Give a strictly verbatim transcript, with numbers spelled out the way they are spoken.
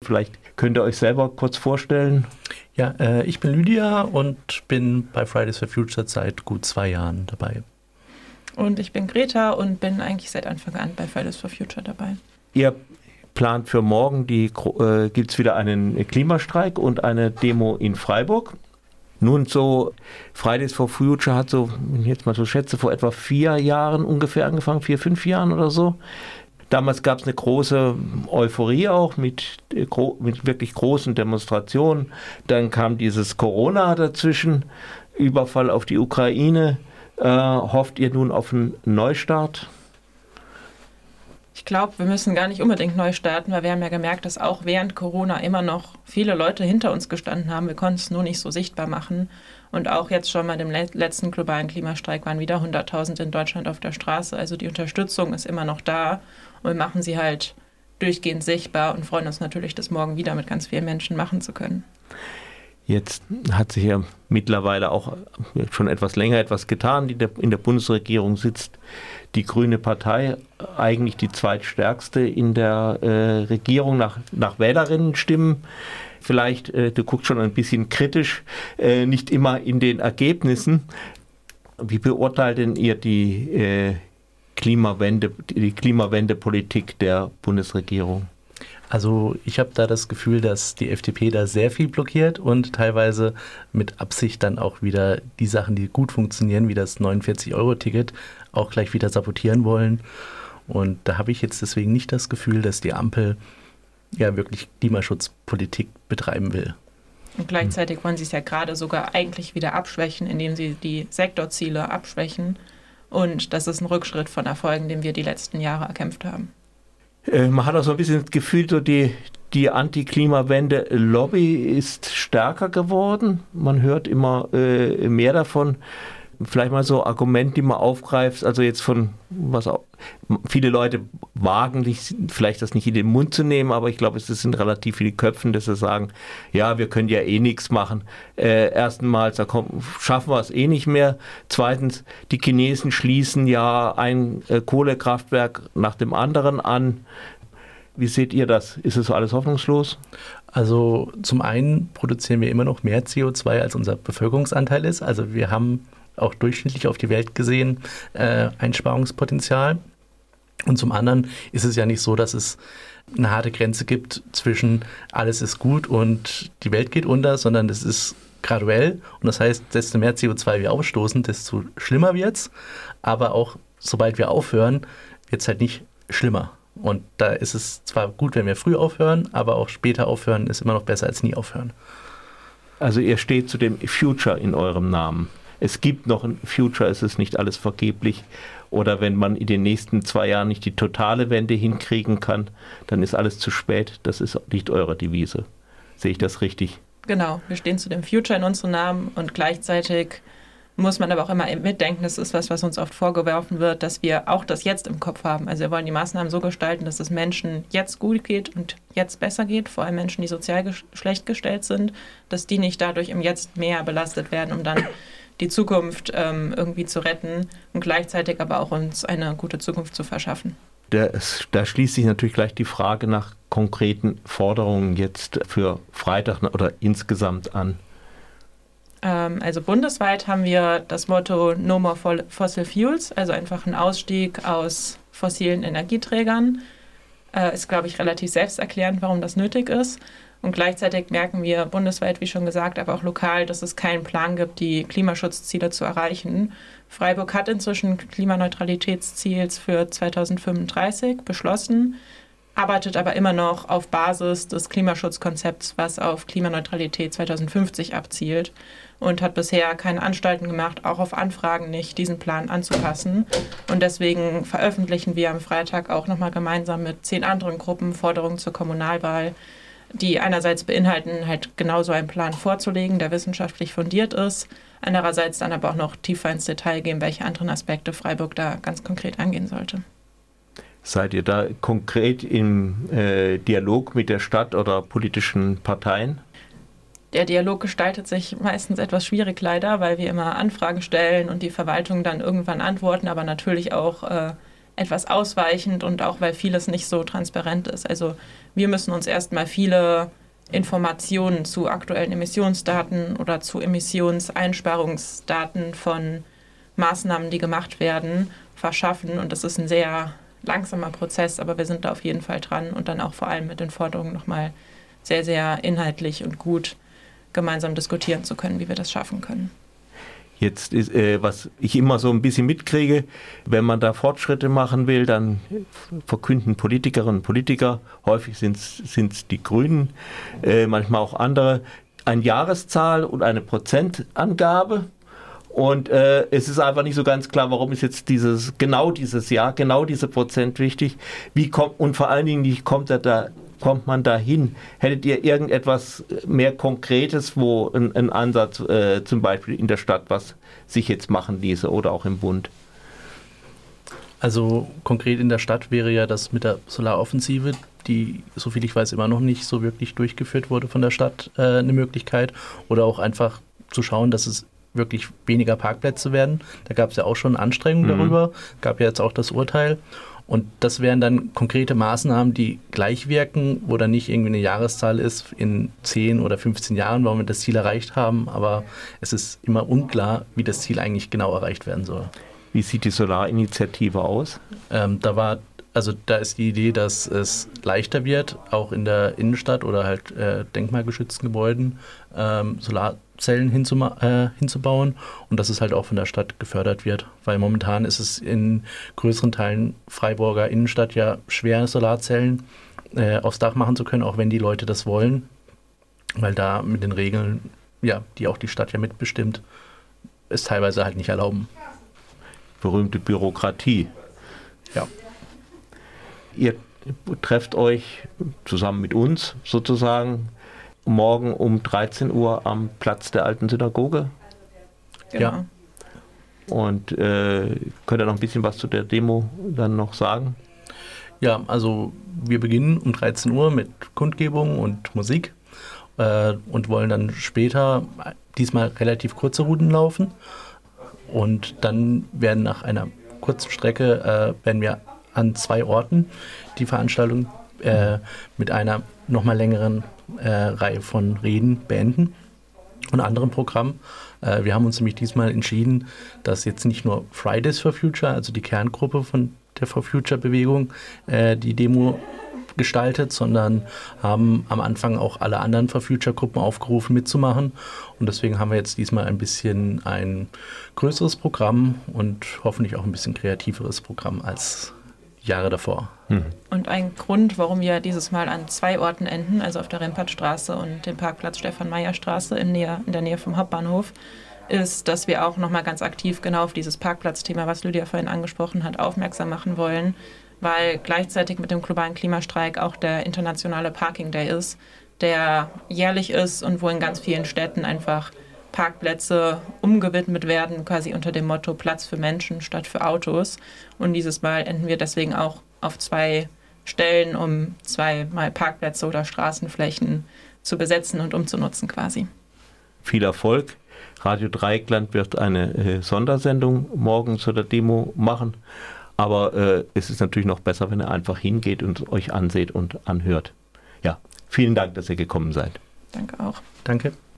Vielleicht könnt ihr euch selber kurz vorstellen. Ja, äh, ich bin Lydia und bin bei Fridays for Future seit gut zwei Jahren dabei. Und ich bin Greta und bin eigentlich seit Anfang an bei Fridays for Future dabei. Ihr plant für morgen, die äh, gibt es wieder einen Klimastreik und eine Demo in Freiburg. Nun so, Fridays for Future hat so, wenn ich jetzt mal so schätze, vor etwa vier Jahren ungefähr angefangen, vier, fünf Jahren oder so. Damals gab es eine große Euphorie auch mit, mit wirklich großen Demonstrationen. Dann kam dieses Corona dazwischen, Überfall auf die Ukraine. Äh, hofft ihr nun auf einen Neustart? Ich glaube, wir müssen gar nicht unbedingt neu starten, weil wir haben ja gemerkt, dass auch während Corona immer noch viele Leute hinter uns gestanden haben. Wir konnten es nur nicht so sichtbar machen. Und auch jetzt schon bei dem letzten globalen Klimastreik waren wieder hunderttausend in Deutschland auf der Straße. Also die Unterstützung ist immer noch da und wir machen sie halt durchgehend sichtbar und freuen uns natürlich, das morgen wieder mit ganz vielen Menschen machen zu können. Jetzt hat sich ja mittlerweile auch schon etwas länger etwas getan. Die in der Bundesregierung sitzt die Grüne Partei, eigentlich die zweitstärkste in der äh, Regierung nach, nach Wählerinnenstimmen. Vielleicht, äh, du guckst schon ein bisschen kritisch, äh, nicht immer in den Ergebnissen. Wie beurteilt denn ihr die äh, Klimawende, die Klimawendepolitik der Bundesregierung? Also ich habe da das Gefühl, dass die F D P da sehr viel blockiert und teilweise mit Absicht dann auch wieder die Sachen, die gut funktionieren, wie das neunundvierzig Euro Ticket, auch gleich wieder sabotieren wollen. Und da habe ich jetzt deswegen nicht das Gefühl, dass die Ampel ja wirklich Klimaschutzpolitik betreiben will. Und gleichzeitig wollen sie es ja gerade sogar eigentlich wieder abschwächen, indem sie die Sektorziele abschwächen. Und das ist ein Rückschritt von Erfolgen, den wir die letzten Jahre erkämpft haben. Man hat auch so ein bisschen das Gefühl, so die, die Anti-Klimawende-Lobby ist stärker geworden. Man hört immer äh, mehr davon. Vielleicht mal so Argumente, die man aufgreift, also jetzt von, was auch, viele Leute wagen, vielleicht das nicht in den Mund zu nehmen, aber ich glaube, es sind relativ viele Köpfen, dass sie sagen, ja, wir können ja eh nichts machen. Äh, erstmals, da kommt, schaffen wir es eh nicht mehr. Zweitens, die Chinesen schließen ja ein äh, Kohlekraftwerk nach dem anderen an. Wie seht ihr das? Ist es alles hoffnungslos? Also zum einen produzieren wir immer noch mehr C O zwei, als unser Bevölkerungsanteil ist. Also wir haben auch durchschnittlich auf die Welt gesehen äh, Einsparungspotenzial. Und zum anderen ist es ja nicht so, dass es eine harte Grenze gibt zwischen alles ist gut und die Welt geht unter, sondern es ist graduell. Und das heißt, desto mehr C O zwei wir ausstoßen, desto schlimmer wird es. Aber auch sobald wir aufhören, wird es halt nicht schlimmer. Und da ist es zwar gut, wenn wir früh aufhören, aber auch später aufhören ist immer noch besser als nie aufhören. Also ihr steht zu dem Future in eurem Namen. Es gibt noch ein Future, es ist nicht alles vergeblich. Oder wenn man in den nächsten zwei Jahren nicht die totale Wende hinkriegen kann, dann ist alles zu spät. Das ist nicht eure Devise. Sehe ich das richtig? Genau, wir stehen zu dem Future in unserem Namen und gleichzeitig muss man aber auch immer mitdenken, das ist was, was uns oft vorgeworfen wird, dass wir auch das Jetzt im Kopf haben. Also wir wollen die Maßnahmen so gestalten, dass es Menschen jetzt gut geht und jetzt besser geht, vor allem Menschen, die sozial ges- schlecht gestellt sind, dass die nicht dadurch im Jetzt mehr belastet werden, um dann die Zukunft ähm, irgendwie zu retten und gleichzeitig aber auch uns eine gute Zukunft zu verschaffen. Da, da schließt sich natürlich gleich die Frage nach konkreten Forderungen jetzt für Freitag oder insgesamt an. Also bundesweit haben wir das Motto No More Fossil Fuels, also einfach ein Ausstieg aus fossilen Energieträgern. Äh, ist, glaube ich, relativ selbsterklärend, warum das nötig ist. Und gleichzeitig merken wir bundesweit, wie schon gesagt, aber auch lokal, dass es keinen Plan gibt, die Klimaschutzziele zu erreichen. Freiburg hat inzwischen Klimaneutralitätsziels für zweitausendfünfunddreißig beschlossen, arbeitet aber immer noch auf Basis des Klimaschutzkonzepts, was auf Klimaneutralität zweitausendfünfzig abzielt und hat bisher keine Anstalten gemacht, auch auf Anfragen nicht, diesen Plan anzupassen. Und deswegen veröffentlichen wir am Freitag auch nochmal gemeinsam mit zehn anderen Gruppen Forderungen zur Kommunalwahl, die einerseits beinhalten, halt genauso einen Plan vorzulegen, der wissenschaftlich fundiert ist, andererseits dann aber auch noch tiefer ins Detail gehen, welche anderen Aspekte Freiburg da ganz konkret angehen sollte. Seid ihr da konkret im äh, Dialog mit der Stadt oder politischen Parteien? Der Dialog gestaltet sich meistens etwas schwierig leider, weil wir immer Anfragen stellen und die Verwaltung dann irgendwann antworten, aber natürlich auch äh, etwas ausweichend und auch, weil vieles nicht so transparent ist. Also wir müssen uns erstmal viele Informationen zu aktuellen Emissionsdaten oder zu Emissionseinsparungsdaten von Maßnahmen, die gemacht werden, verschaffen. Und das ist ein sehr langsamer Prozess, aber wir sind da auf jeden Fall dran und dann auch vor allem mit den Forderungen nochmal sehr, sehr inhaltlich und gut gemeinsam diskutieren zu können, wie wir das schaffen können. Jetzt ist, äh, was ich immer so ein bisschen mitkriege, wenn man da Fortschritte machen will, dann verkünden Politikerinnen und Politiker, häufig sind es die Grünen, äh, manchmal auch andere, eine Jahreszahl und eine Prozentangabe. Und äh, es ist einfach nicht so ganz klar, warum ist jetzt dieses genau dieses Jahr, genau diese Prozent wichtig. Wie kommt, und vor allen Dingen, wie kommt er da kommt man dahin? Hättet ihr irgendetwas mehr Konkretes, wo ein, ein Ansatz äh, zum Beispiel in der Stadt, was sich jetzt machen ließe oder auch im Bund? Also konkret in der Stadt wäre ja das mit der Solaroffensive, die, soviel ich weiß, immer noch nicht so wirklich durchgeführt wurde von der Stadt, äh, eine Möglichkeit. Oder auch einfach zu schauen, dass es wirklich weniger Parkplätze werden. Da gab es ja auch schon Anstrengungen mhm. darüber, gab ja jetzt auch das Urteil. Und das wären dann konkrete Maßnahmen, die gleich wirken, wo dann nicht irgendwie eine Jahreszahl ist in zehn oder fünfzehn Jahren, warum wir das Ziel erreicht haben. Aber es ist immer unklar, wie das Ziel eigentlich genau erreicht werden soll. Wie sieht die Solarinitiative aus? Ähm, da war, also da ist die Idee, dass es leichter wird, auch in der Innenstadt oder halt äh, denkmalgeschützten Gebäuden ähm, Solarzellen hinzuma- äh, hinzubauen und dass es halt auch von der Stadt gefördert wird, weil momentan ist es in größeren Teilen Freiburger Innenstadt ja schwer, Solarzellen äh, aufs Dach machen zu können, auch wenn die Leute das wollen, weil da mit den Regeln, ja, die auch die Stadt ja mitbestimmt, es teilweise halt nicht erlauben. Berühmte Bürokratie. Ja. Ihr trefft euch zusammen mit uns sozusagen morgen um dreizehn Uhr am Platz der Alten Synagoge. Genau. Ja. Und äh, könnt ihr noch ein bisschen was zu der Demo dann noch sagen? Ja, also wir beginnen um dreizehn Uhr mit Kundgebung und Musik äh, und wollen dann später diesmal relativ kurze Routen laufen. Und dann werden nach einer kurzen Strecke äh, werden wir an zwei Orten die Veranstaltung äh, mit einer nochmal längeren äh, Reihe von Reden beenden und anderem Programm. Äh, wir haben uns nämlich diesmal entschieden, dass jetzt nicht nur Fridays for Future, also die Kerngruppe von der For Future Bewegung, äh, die Demo gestaltet, sondern haben am Anfang auch alle anderen For Future Gruppen aufgerufen mitzumachen und deswegen haben wir jetzt diesmal ein bisschen ein größeres Programm und hoffentlich auch ein bisschen kreativeres Programm als Jahre davor. Mhm. Und ein Grund, warum wir dieses Mal an zwei Orten enden, also auf der Rempartstraße und dem Parkplatz Stefan-Meyer-Straße in, Nähe, in der Nähe vom Hauptbahnhof, ist, dass wir auch nochmal ganz aktiv genau auf dieses Parkplatzthema, was Lydia vorhin angesprochen hat, aufmerksam machen wollen, weil gleichzeitig mit dem globalen Klimastreik auch der internationale Parking Day ist, der jährlich ist und wo in ganz vielen Städten einfach Parkplätze umgewidmet werden, quasi unter dem Motto Platz für Menschen statt für Autos. Und dieses Mal enden wir deswegen auch auf zwei Stellen, um zweimal Parkplätze oder Straßenflächen zu besetzen und umzunutzen quasi. Viel Erfolg. Radio Dreieckland wird eine äh, Sondersendung morgen zu der Demo machen. Aber äh, es ist natürlich noch besser, wenn ihr einfach hingeht und euch anseht und anhört. Ja, vielen Dank, dass ihr gekommen seid. Danke auch. Danke.